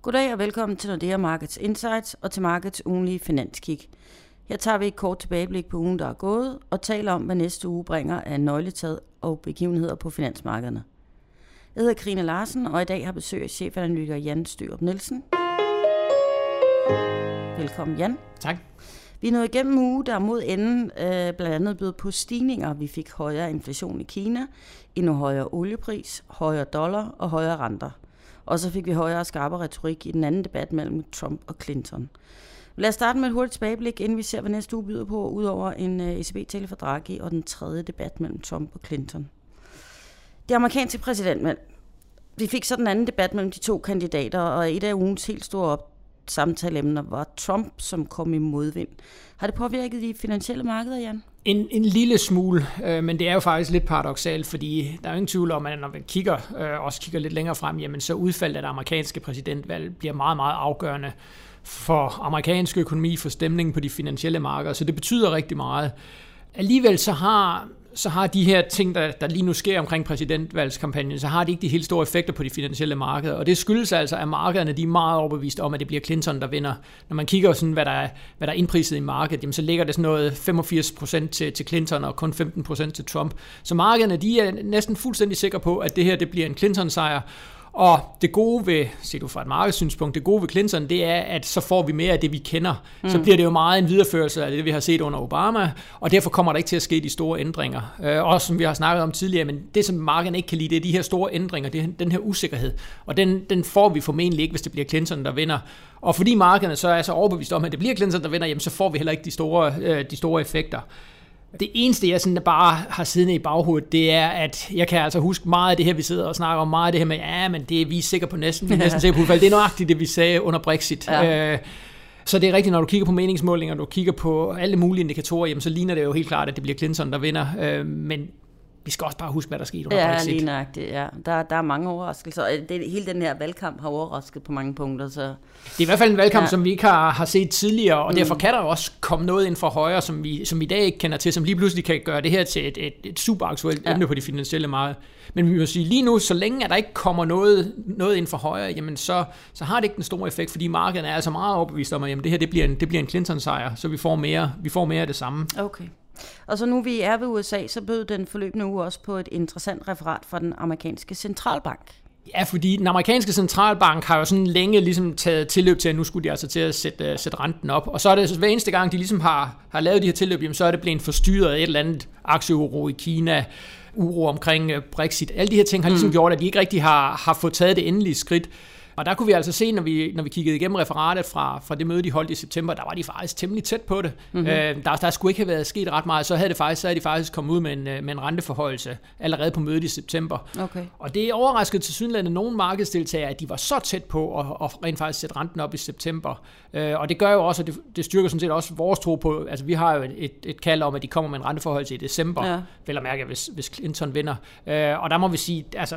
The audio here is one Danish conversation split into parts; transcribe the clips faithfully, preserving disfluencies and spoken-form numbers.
Goddag og velkommen til Nordea Markets Insights og til Markets ugenlige finanskig. Her tager vi et kort tilbageblik på ugen, der er gået, og taler om, hvad næste uge bringer af nøgletag og begivenheder på finansmarkederne. Jeg hedder Krine Larsen, og i dag har besøg af chefanalytiker Jan Størup Nielsen. Velkommen, Jan. Tak. Vi er nået igennem uge, der mod enden øh, blandt andet bød på stigninger. Vi fik højere inflation i Kina, endnu højere oliepris, højere dollar og højere renter. Og så fik vi højere og skarpere retorik i den anden debat mellem Trump og Clinton. Lad os starte med et hurtigt tilbageblik, inden vi ser, hvad næste uge byder på, udover en E C B-tale fra Draghi og den tredje debat mellem Trump og Clinton. Det amerikanske præsidentvalg. Vi fik så den anden debat mellem de to kandidater, og et af ugens helt store op samtaleemner var Trump, som kom i modvind. Har det påvirket de finansielle markeder, Jan? En, en lille smule, øh, men det er jo faktisk lidt paradoksalt, fordi der er ingen tvivl om, at når man kigger, øh, også kigger lidt længere frem, jamen så udfaldet af det amerikanske præsidentvalg bliver meget, meget afgørende for amerikansk økonomi, for stemningen på de finansielle markeder, så det betyder rigtig meget. Alligevel så har, så har de her ting, der, der lige nu sker omkring præsidentvalgskampagnen, så har de ikke de helt store effekter på de finansielle markeder, og det skyldes altså, at markederne de er meget overbevist om, at det bliver Clinton, der vinder. Når man kigger sådan, hvad der er, hvad der er indpriset i markedet, jamen, så ligger det sådan noget femogfirs procent til, til Clinton og kun femten procent til Trump. Så markederne de er næsten fuldstændig sikre på, at det her det bliver en Clinton-sejr. Og det gode ved, set du fra et markedssynspunkt, det gode ved Clinton, det er, at så får vi mere af det, vi kender. Mm. Så bliver det jo meget en videreførelse af det, vi har set under Obama, og derfor kommer der ikke til at ske de store ændringer. Øh, også som vi har snakket om tidligere, men det, som markederne ikke kan lide, det er de her store ændringer, det er den her usikkerhed. Og den, den får vi formentlig ikke, hvis det bliver Clinton, der vinder. Og fordi markederne så er så overbevist om, at det bliver Clinton, der vinder, jamen, så får vi heller ikke de store, øh, de store effekter. Det eneste, jeg sådan bare har siddende i baghovedet, det er, at jeg kan altså huske meget af det her, vi sidder og snakker om, meget af det her med, ja, men det er vi er sikre på næsten, vi er næsten sikre på, det er nøjagtigt det, vi sagde under Brexit. Ja. Øh, så det er rigtigt, når du kigger på meningsmålinger, når du kigger på alle mulige indikatorer, jamen, så ligner det jo helt klart, at det bliver Clinton, der vinder. Øh, men vi skal også bare huske, hvad der skete under ja, Brexit. Ja, lige nøjagtigt, ja. Der, der er mange overraskelser, og det, hele den her valgkamp har overrasket på mange punkter. Så. Det er i hvert fald en valgkamp, ja. som vi ikke har, har set tidligere, og mm. derfor kan der jo også komme noget ind fra højre, som vi, som vi i dag ikke kender til, som lige pludselig kan gøre det her til et, et, et super aktuelt ja. emne på de finansielle markeder. Men vi må sige, lige nu, så længe at der ikke kommer noget, noget ind fra højre, jamen så, så har det ikke den store effekt, fordi markederne er altså meget overbevist om, at jamen det her det bliver en, det bliver en Clinton-sejr, så vi får mere, vi får mere af det samme. Okay. Og så nu vi er ved U S A, så bød den forløbende uge også på et interessant referat fra den amerikanske centralbank. Ja, fordi den amerikanske centralbank har jo sådan længe ligesom taget tilløb til, at nu skulle de altså til at sætte, uh, sætte renten op. Og så er det hver eneste gang, de ligesom har, har lavet de her tilløb, jamen, så er det blevet forstyrret af et eller andet aktieuro i Kina, uro omkring uh, Brexit. Alle de her ting har ligesom mm. gjort, at de ikke rigtig har, har fået taget det endelige skridt. Og der kunne vi altså se, når vi, når vi kiggede igennem referatet fra, fra det møde, de holdt i september, der var de faktisk temmelig tæt på det. Mm-hmm. Øh, der, der skulle ikke have været sket ret meget, så havde, det faktisk, så havde de faktisk kommet ud med en, med en renteforhøjelse allerede på mødet i september. Okay. Og det overraskede tilsyneladende nogle markedsdeltagere, at de var så tæt på at, at rent faktisk sætte renten op i september. Øh, og det gør jo også, at det, det styrker sådan set også vores tro på, altså vi har jo et, et, et kald om, at de kommer med en renteforhøjelse i december, ja. vel at mærke, hvis, hvis Clinton vinder. Øh, og der må vi sige, altså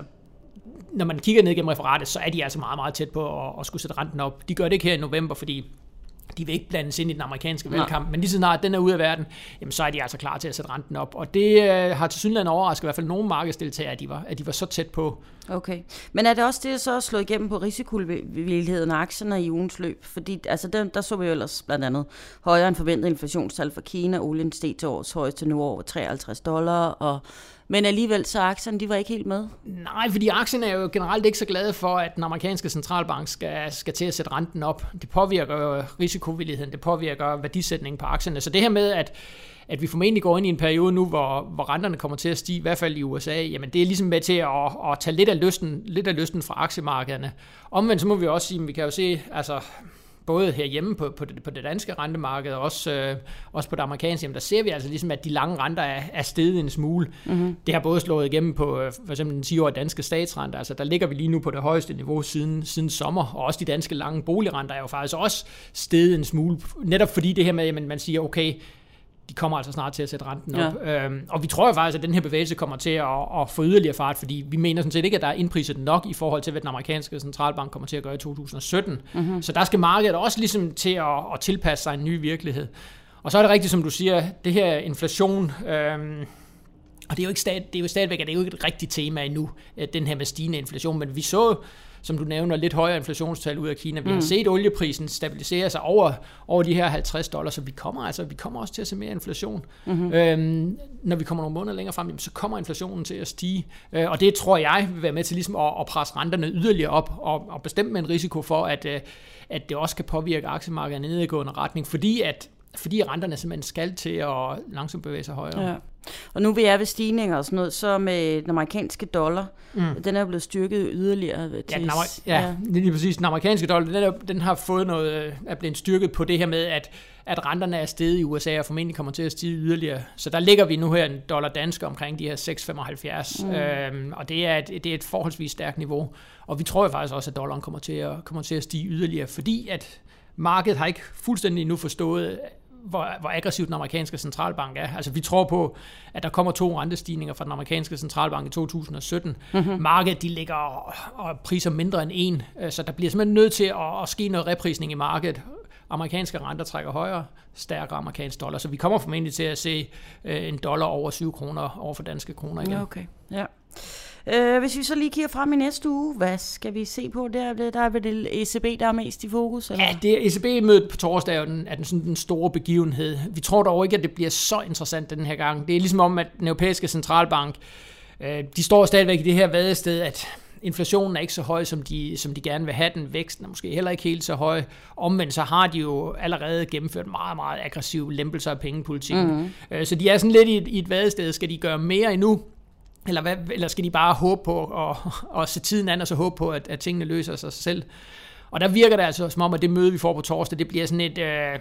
når man kigger ned gennem referatet, så er de altså meget, meget tæt på at, at skulle sætte renten op. De gør det ikke her i november, fordi de vil ikke blandes ind i den amerikanske valgkamp, men lige så snart den er ude af verden, jamen så er de altså klar til at sætte renten op. Og det øh, har tilsyneladende overrasket i hvert fald nogle markedsdeltagere, at de var, at de var så tæt på. Okay, men er det også det, så slå igennem på risikovilligheden af aktierne i ugens løb? Fordi altså, der, der så vi jo ellers blandt andet højere end forventet inflationstal for Kina, olien steg til årets højeste niveau over treoghalvtreds dollar, og men alligevel så aktierne, de var ikke helt med? Nej, fordi aktierne er jo generelt ikke så glade for, at den amerikanske centralbank skal, skal til at sætte renten op. Det påvirker risikovilligheden, det påvirker værdisætningen på aktierne. Så det her med, at, at vi formentlig går ind i en periode nu, hvor, hvor renterne kommer til at stige, i hvert fald i U S A, jamen det er ligesom med til at, at tage lidt af lysten, lidt af lysten fra aktiemarkederne. Omvendt så må vi også sige, at vi kan jo se, altså både herhjemme på, på, det, på det danske rentemarked, og også, øh, også på det amerikanske, jamen der ser vi altså ligesom, at de lange renter er, er steget en smule. Mm-hmm. Det har både slået igennem på øh, for eksempel den ti-årige danske statsrente, altså der ligger vi lige nu på det højeste niveau siden, siden sommer, og også de danske lange boligrenter er jo faktisk også steget en smule, netop fordi det her med, at man siger, okay, de kommer altså snart til at sætte renten op. Ja. Øhm, og vi tror jo faktisk, at den her bevægelse kommer til at, at få yderligere fart, fordi vi mener sådan set ikke, at der er indpriset nok i forhold til, hvad den amerikanske centralbank kommer til at gøre i to tusind og sytten. Mm-hmm. Så der skal markedet også ligesom til at, at tilpasse sig en ny virkelighed. Og så er det rigtigt, som du siger, det her inflation, øhm, og det er jo ikke stad, det er jo stadigvæk, at det er jo ikke et rigtigt tema endnu, den her med stigende inflation, men vi så som du nævner, lidt højere inflationstal ud af Kina. Vi mm. har set olieprisen stabilisere sig over, over de her halvtreds dollar, så vi kommer altså vi kommer også til at se mere inflation. Mm-hmm. Øhm, når vi kommer nogle måneder længere frem, så kommer inflationen til at stige. Øh, og det tror jeg vil være med til ligesom at, at presse renterne yderligere op, og, og bestemt med en risiko for, at, at det også kan påvirke aktiemarkedet i en nedadgående retning, fordi at fordi renterne simpelthen skal til at langsomt bevæge sig højere. Ja. Og nu vi er ved stigninger og sådan noget, så med den amerikanske dollar, mm. den er blevet styrket yderligere. Til, ja, den amer- ja, ja, det er lige præcis. Den amerikanske dollar, den, er, den har fået noget, er blevet styrket på det her med, at, at renterne er steget i U S A, og formentlig kommer til at stige yderligere. Så der ligger vi nu her en dollar dansk omkring de her seks komma femoghalvfjerds, mm. øhm, og det er, et, det er et forholdsvis stærkt niveau. Og vi tror jo faktisk også, at dollaren kommer til at, kommer til at stige yderligere, fordi at markedet har ikke fuldstændig endnu forstået, Hvor, hvor aggressiv den amerikanske centralbank er. Altså vi tror på, at der kommer to rentestigninger fra den amerikanske centralbank i to tusind og sytten. Mm-hmm. Markedet, de ligger og, og priser mindre end en, så der bliver simpelthen nødt til at, at ske noget reprisning i markedet. Amerikanske renter trækker højere, stærkere amerikansk dollar, så vi kommer formentlig til at se en dollar over syv kroner over for danske kroner igen. Ja, okay. Ja. Øh, hvis vi så lige kigger frem i næste uge, hvad skal vi se på der? Der er vel det E C B, der er mest i fokus? Eller? Ja, det E C B-mødet på torsdag er den, er den, sådan den store begivenhed. Vi tror dog ikke, at det bliver så interessant den her gang. Det er ligesom om, at den europæiske centralbank, øh, de står stadigvæk i det her vadested, at inflationen er ikke så høj, som de, som de gerne vil have den. Væksten er måske heller ikke helt så høj. Omvendt så har de jo allerede gennemført meget, meget aggressive lempelser af pengepolitikken. Mm-hmm. Så de er sådan lidt i et, i et vadested. Skal de gøre mere endnu? Eller, hvad, eller skal de bare håbe på at, at se tiden an, og så håbe på, at, at tingene løser sig selv? Og der virker det altså som om, at det møde, vi får på torsdag, det bliver sådan et, øh,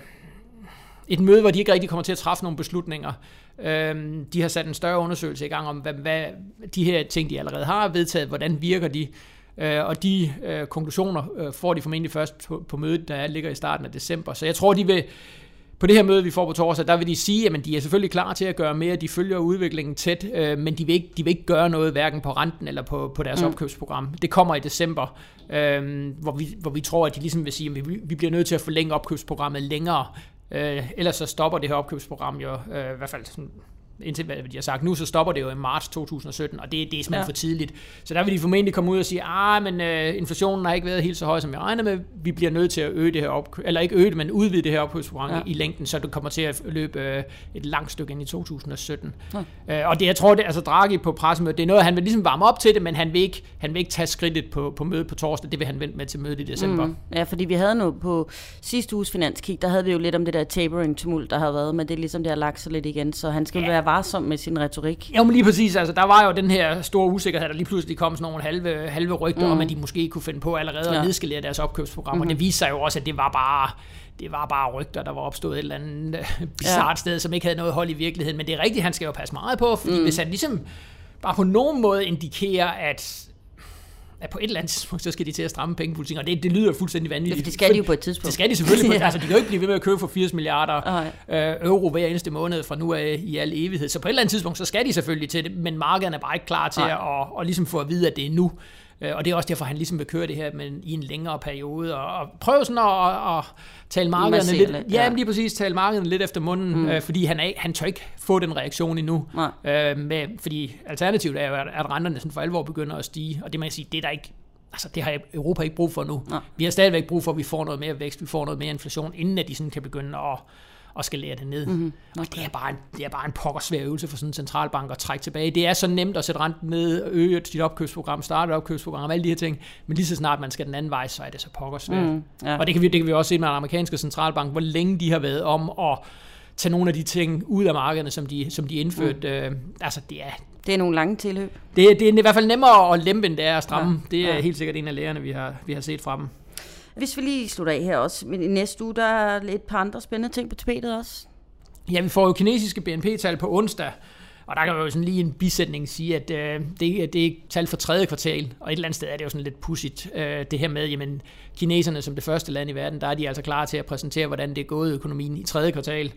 et møde, hvor de ikke rigtig kommer til at træffe nogle beslutninger. Øh, de har sat en større undersøgelse i gang om, hvad, hvad de her ting, de allerede har vedtaget, hvordan virker de? Øh, og de øh, konklusioner øh, får de formentlig først på, på mødet, der ligger i starten af december. Så jeg tror, de vil... På det her møde, vi får på torsdag, der vil de sige, at de er selvfølgelig klar til at gøre mere, de følger udviklingen tæt, øh, men de vil, ikke, de vil ikke gøre noget, hverken på renten eller på, på deres mm. opkøbsprogram. Det kommer i december, øh, hvor, vi, hvor vi tror, at de ligesom vil sige, at vi, vi bliver nødt til at forlænge opkøbsprogrammet længere, øh, ellers så stopper det her opkøbsprogram jo, øh, i hvert fald sådan, indtil hvad de har sagt nu, så stopper det jo i marts to tusind og sytten, og det, det er simpelthen ja. for tidligt. Så der vil de formentlig komme ud og sige, ah, men øh, inflationen har ikke været helt så høj, som jeg regner med. Vi bliver nødt til at øge det her opkøb, eller ikke øge det, men udvide det her opkøbsprogram ja. i længden, så det kommer til at løbe øh, et langt stykke ind i to tusind og sytten. Ja. Øh, og det, jeg tror, det altså Draghi på pressemødet, det er noget, han vil ligesom varme op til det, men han vil ikke, han vil ikke tage skridtet på, på mødet på torsdag. Det vil han vente med til mødet i december. Mm. Ja, fordi vi havde nu på sidste uges finanskig, der havde vi jo lidt om det der tapering-tumult, der har været, men det er ligesom, det har lagt sig lidt igen, så han skal ja. være varsom med sin retorik. Jo, men lige præcis. Altså, der var jo den her store usikkerhed, der lige pludselig kom sådan nogle halve, halve rygter mm. om, at de måske kunne finde på allerede ja. at nedskalere deres opkøbsprogram, mm-hmm. og det viste sig jo også, at det var bare det var bare rygter, der var opstået et eller andet bizarrt ja. sted, som ikke havde noget hold i virkeligheden. Men det er rigtigt, han skal jo passe meget på, fordi mm. hvis han ligesom bare på nogen måde indikerer, at at på et eller andet tidspunkt, så skal de til at stramme pengepolitikken, og det, det lyder fuldstændig vanvittigt. Ja, det skal de jo på et tidspunkt. Det skal de selvfølgelig. ja. Altså, de kan jo ikke blive ved med at købe for firs milliarder øh, euro hver eneste måned fra nu af i al evighed. Så på et eller andet tidspunkt, så skal de selvfølgelig til det, men markederne er bare ikke klar til at, at, at ligesom få at vide, at det er nu. Og det er også derfor, han ligesom vil køre det her men i en længere periode, og, og prøve sådan at, at tale markederne lidt, lidt ja, lige præcis tale markederne lidt efter munden, mm. øh, fordi han, er, han tør ikke få den reaktion endnu. Øh, med, fordi alternativet er jo, at renterne sådan for alvor begynder at stige, og det må jeg sige, det er der ikke. Altså, det har Europa ikke brug for nu. Nej. Vi har stadigvæk brug for, at vi får noget mere vækst, vi får noget mere inflation, inden at de sådan kan begynde at, at skalere det ned. Mm-hmm. Okay. Og det er, bare en, det er bare en pokkersvær øvelse for sådan en centralbank at trække tilbage. Det er så nemt at sætte renten ned, øge sit opkøbsprogram, starte et opkøbsprogram, alle de her ting. Men lige så snart man skal den anden vej, så er det så pokkersvært. Mm, ja. Og det kan, vi, det kan vi også se med den amerikanske centralbank, hvor længe de har været om at tage nogle af de ting ud af markederne, som de, som de indførte. Mm. Øh, altså, det er... Det er nogle lange tilløb. Det, det er i hvert fald nemmere at lempe, end det er at stramme. Ja, det er ja. helt sikkert en af lærerne, vi har, vi har set fra dem. Hvis vi lige slutter af her også, men i næste uge, der er et par andre spændende ting på tapetet også. Ja, vi får jo kinesiske B N P-tal på onsdag, og der kan man jo sådan lige en bisætning sige, at øh, det, det er tal for tredje kvartal, og et eller andet sted er det jo sådan lidt pudsigt, øh, det her med, jamen, kineserne som det første land i verden, der er de altså klar til at præsentere, hvordan det er gået økonomien i tredje kvartal.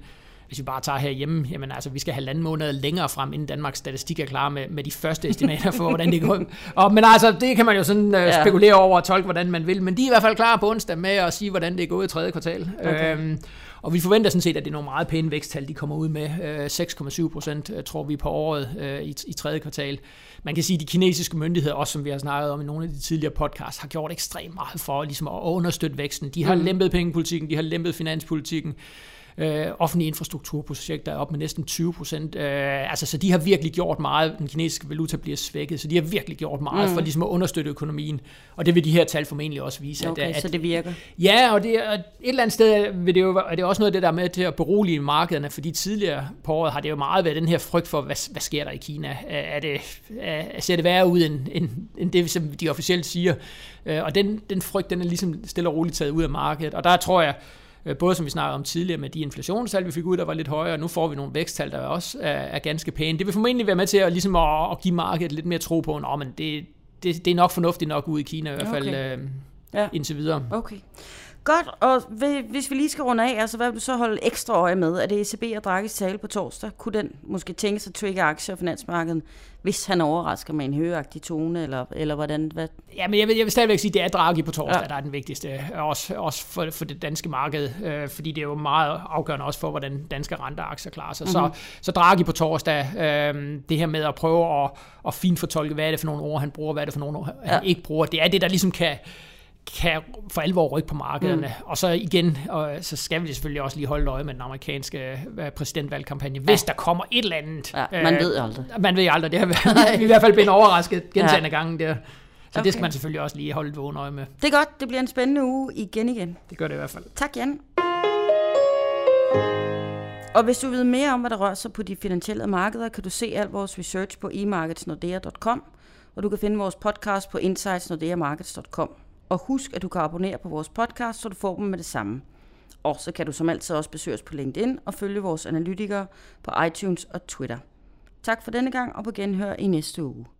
hvis vi bare tager herhjemme, jamen altså, vi skal halvanden måned længere frem, inden Danmarks Statistik er klar med, med de første estimater for, hvordan det går. Og, men altså, det kan man jo sådan uh, ja. spekulere over og tolke, hvordan man vil, men de er i hvert fald klar på onsdag med at sige, hvordan det er gået i tredje kvartal. Okay. Øhm, og vi forventer sådan set, at det er nogle meget pæne væksttal, de kommer ud med. Øh, seks komma syv procent tror vi på året øh, i, i tredje kvartal. Man kan sige, at de kinesiske myndigheder, også som vi har snakket om i nogle af de tidligere podcasts, har gjort ekstremt meget for ligesom at understøtte væksten. De har mm. lempet pengepolitikken, de har lempet finanspolitikken. Øh, offentlige infrastrukturprojekter er op med næsten tyve procent. Øh, altså, så de har virkelig gjort meget. Den kinesiske valuta bliver svækket, så de har virkelig gjort meget mm. for ligesom at understøtte økonomien. Og det vil de her tal formentlig også vise. Okay, at, at, så det virker. Ja, og det, et eller andet sted vil det jo, er det også noget af det, der er med til at berolige markederne, fordi tidligere på året har det jo meget været den her frygt for, hvad, hvad sker der i Kina? Er det, er, ser det værre ud end, end, end det, som de officielt siger? Og den, den frygt, den er ligesom stille og roligt taget ud af markedet. Og der tror jeg, både som vi snakkede om tidligere med de inflationstal, vi fik ud, der var lidt højere, og nu får vi nogle væksttal, der også er, er ganske pæne. Det vil formentlig være med til at, ligesom at, at give markedet lidt mere tro på, at det, det, det er nok fornuftigt nok ude i Kina, i hvert fald okay. øh, ja. indtil videre. Okay. Godt, og hvis vi lige skal runde af, altså hvad vil du så holde ekstra øje med? Er det E C B og Draghis tale på torsdag? Kunne den måske tænke sig at trigge aktier og finansmarkedet, hvis han overrasker med en højagtig tone, eller, eller hvordan? Hvad? Ja, men jeg vil, jeg vil stadigvæk sige, at det er Draghi på torsdag, ja. der er den vigtigste, også, også for, for det danske marked, øh, fordi det er jo meget afgørende også for, hvordan danske renteaktier klarer sig. Mm-hmm. Så, så Draghi på torsdag, øh, det her med at prøve at, at fint fortolke, hvad er det for nogle ord, han bruger, hvad er det for nogle ord, han ja. ikke bruger, det er det, der ligesom kan kan for alvor rykke på markederne. Mm. Og så igen, og så skal vi selvfølgelig også lige holde øje med den amerikanske præsidentvalgkampagne, hvis ja. der kommer et eller andet. Ja, man øh, ved aldrig. Man ved aldrig. Det har vi i hvert fald blevet overrasket gentagende ja. gange der. Så okay. det skal man selvfølgelig også lige holde et vågen øje med. Det er godt. Det bliver en spændende uge igen igen. Det gør det i hvert fald. Tak, Jan. Og hvis du vil vide mere om, hvad der rører sig på de finansielle markeder, kan du se al vores research på e markets nordea punktum com, og du kan finde vores podcast på insights nordea markets punktum com. Og husk, at du kan abonnere på vores podcast, så du får dem med det samme. Og så kan du som altid også besøge os på LinkedIn og følge vores analytikere på iTunes og Twitter. Tak for denne gang, og på genhør i næste uge.